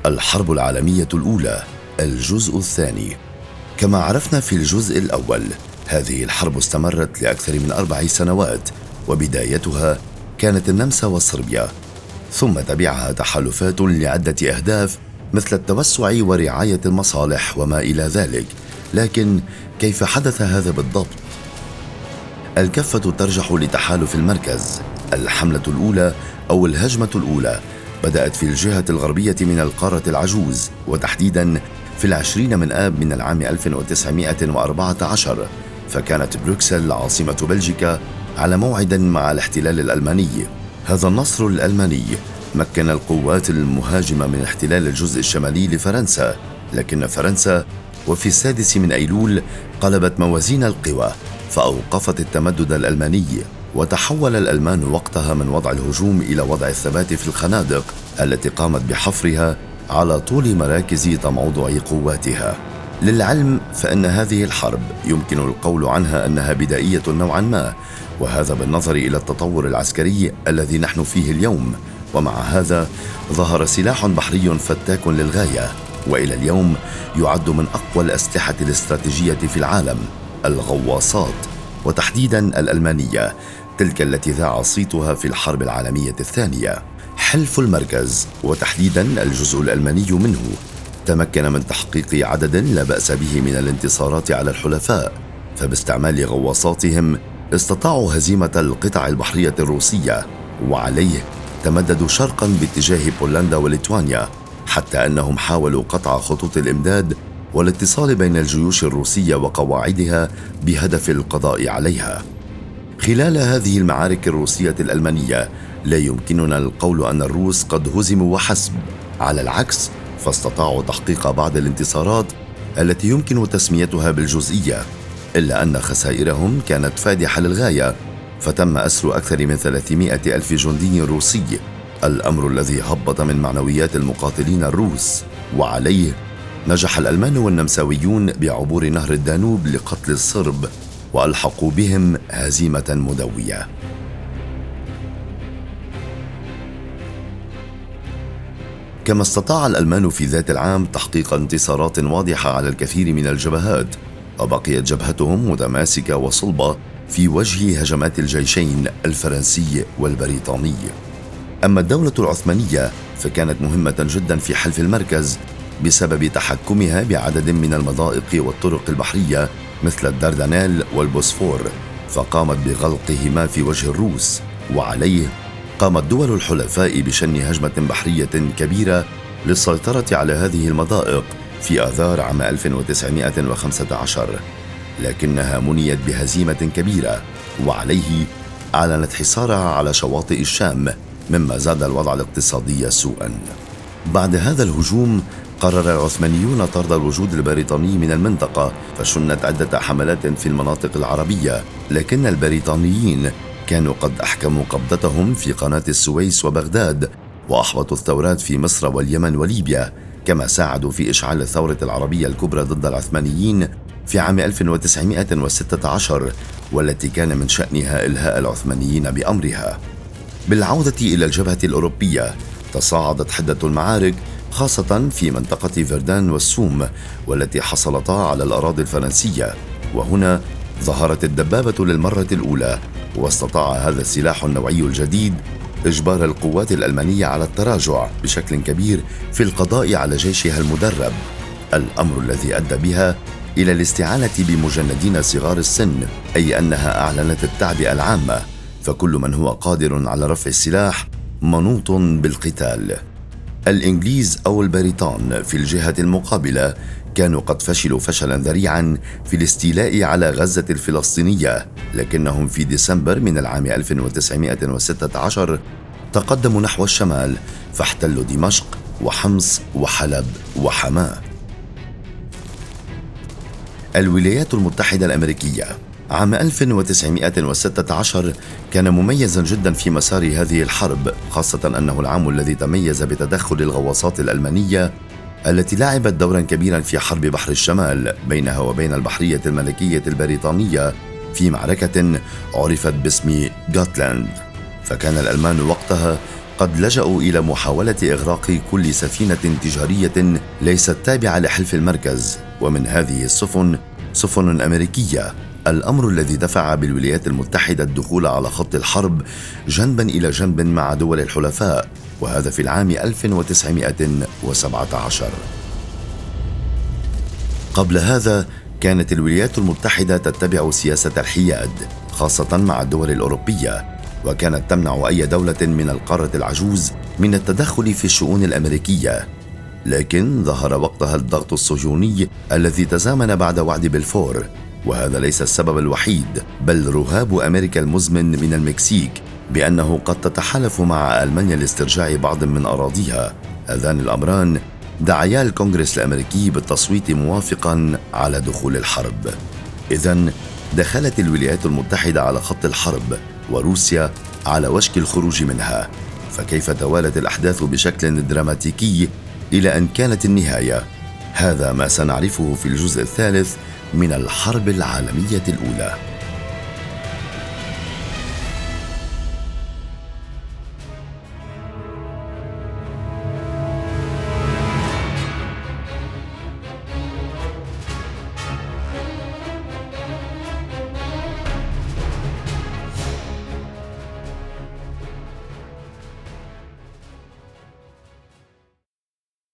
الحرب العالمية الأولى، الجزء الثاني. كما عرفنا في الجزء الأول، هذه الحرب استمرت لأكثر من 4 سنوات، وبدايتها كانت النمسا وصربيا، ثم تبعها تحالفات لعدة أهداف مثل التوسع ورعاية المصالح وما إلى ذلك. لكن كيف حدث هذا بالضبط؟ الكفة ترجح لتحالف المركز. الحملة الأولى أو الهجمة الأولى بدأت في الجهة الغربية من القارة العجوز، وتحديداً في 20 من آب من العام 1914، فكانت بروكسل عاصمة بلجيكا على موعد مع الاحتلال الألماني. هذا النصر الألماني مكن القوات المهاجمة من احتلال الجزء الشمالي لفرنسا، لكن فرنسا وفي 6 من أيلول قلبت موازين القوى فأوقفت التمدد الألماني، وتحول الألمان وقتها من وضع الهجوم إلى وضع الثبات في الخنادق التي قامت بحفرها على طول مراكز تموضع قواتها. للعلم فإن هذه الحرب يمكن القول عنها أنها بدائية نوعا ما، وهذا بالنظر إلى التطور العسكري الذي نحن فيه اليوم. ومع هذا ظهر سلاح بحري فتاك للغاية، وإلى اليوم يعد من أقوى الأسلحة الاستراتيجية في العالم، الغواصات، وتحديدا الألمانية، تلك التي ذاع صيتها في الحرب العالمية الثانية. حلف المركز، وتحديدا الجزء الألماني منه، تمكن من تحقيق عدد لا بأس به من الانتصارات على الحلفاء، فباستعمال غواصاتهم استطاعوا هزيمة القطع البحرية الروسية، وعليه تمددوا شرقا باتجاه بولندا وليتوانيا، حتى أنهم حاولوا قطع خطوط الإمداد والاتصال بين الجيوش الروسية وقواعدها بهدف القضاء عليها. خلال هذه المعارك الروسية الألمانية لا يمكننا القول أن الروس قد هزموا وحسب، على العكس، فاستطاعوا تحقيق بعض الانتصارات التي يمكن تسميتها بالجزئية، إلا أن خسائرهم كانت فادحة للغاية، فتم أسر أكثر من 300 ألف جندي روسي، الأمر الذي هبط من معنويات المقاتلين الروس. وعليه نجح الألمان والنمساويون بعبور نهر الدانوب لقتل الصرب، وألحقوا بهم هزيمة مدوية. كما استطاع الألمان في ذات العام تحقيق انتصارات واضحة على الكثير من الجبهات، وبقيت جبهتهم متماسكة وصلبة في وجه هجمات الجيشين الفرنسي والبريطاني. أما الدولة العثمانية فكانت مهمة جدا في حلف المركز بسبب تحكمها بعدد من المضائق والطرق البحرية مثل الدردنيل والبوسفور، فقامت بغلقهما في وجه الروس. وعليه قامت دول الحلفاء بشن هجمة بحرية كبيرة للسيطرة على هذه المضائق في آذار عام 1915، لكنها منيت بهزيمة كبيرة، وعليه أعلنت حصارها على شواطئ الشام، مما زاد الوضع الاقتصادي سوءا. بعد هذا الهجوم قرر العثمانيون طرد الوجود البريطاني من المنطقة، فشنت عدة حملات في المناطق العربية، لكن البريطانيين كانوا قد أحكموا قبضتهم في قناة السويس وبغداد، وأحبطوا الثورات في مصر واليمن وليبيا، كما ساعدوا في إشعال الثورة العربية الكبرى ضد العثمانيين في عام 1916، والتي كان من شأنها إلهاء العثمانيين بأمرها. بالعودة إلى الجبهة الأوروبية، تصاعدت حدة المعارك خاصة في منطقة فردان والسوم، والتي حصلتا على الأراضي الفرنسية، وهنا ظهرت الدبابة للمرة الأولى، واستطاع هذا السلاح النوعي الجديد إجبار القوات الألمانية على التراجع بشكل كبير في القضاء على جيشها المدرب، الأمر الذي أدى بها إلى الاستعانة بمجندين صغار السن، أي أنها أعلنت التعبئة العامة، فكل من هو قادر على رفع السلاح منوط بالقتال. الإنجليز أو البريطان في الجهة المقابلة كانوا قد فشلوا فشلا ذريعا في الاستيلاء على غزة الفلسطينية، لكنهم في ديسمبر من العام 1916 تقدموا نحو الشمال، فاحتلوا دمشق وحمص وحلب وحماة. الولايات المتحدة الأمريكية عام 1916 كان مميزا جدا في مسار هذه الحرب، خاصة أنه العام الذي تميز بتدخل الغواصات الألمانية التي لعبت دورا كبيرا في حرب بحر الشمال بينها وبين البحرية الملكية البريطانية في معركة عرفت باسم غوتلاند. فكان الألمان وقتها قد لجأوا إلى محاولة إغراق كل سفينة تجارية ليست تابعة لحلف المركز، ومن هذه السفن سفن أمريكية، الأمر الذي دفع بالولايات المتحدة الدخول على خط الحرب جنبا إلى جنب مع دول الحلفاء، وهذا في العام 1917. قبل هذا كانت الولايات المتحدة تتبع سياسة الحياد خاصة مع الدول الأوروبية، وكانت تمنع أي دولة من القارة العجوز من التدخل في الشؤون الأمريكية. لكن ظهر وقتها الضغط الصهيوني الذي تزامن بعد وعد بلفور، وهذا ليس السبب الوحيد، بل رهاب أمريكا المزمن من المكسيك بأنه قد تتحالف مع ألمانيا لاسترجاع بعض من أراضيها. هذان الأمران دعيا الكونغرس الأمريكي بالتصويت موافقا على دخول الحرب. إذن دخلت الولايات المتحدة على خط الحرب، وروسيا على وشك الخروج منها. فكيف توالت الأحداث بشكل دراماتيكي إلى أن كانت النهاية؟ هذا ما سنعرفه في الجزء الثالث من الحرب العالمية الأولى.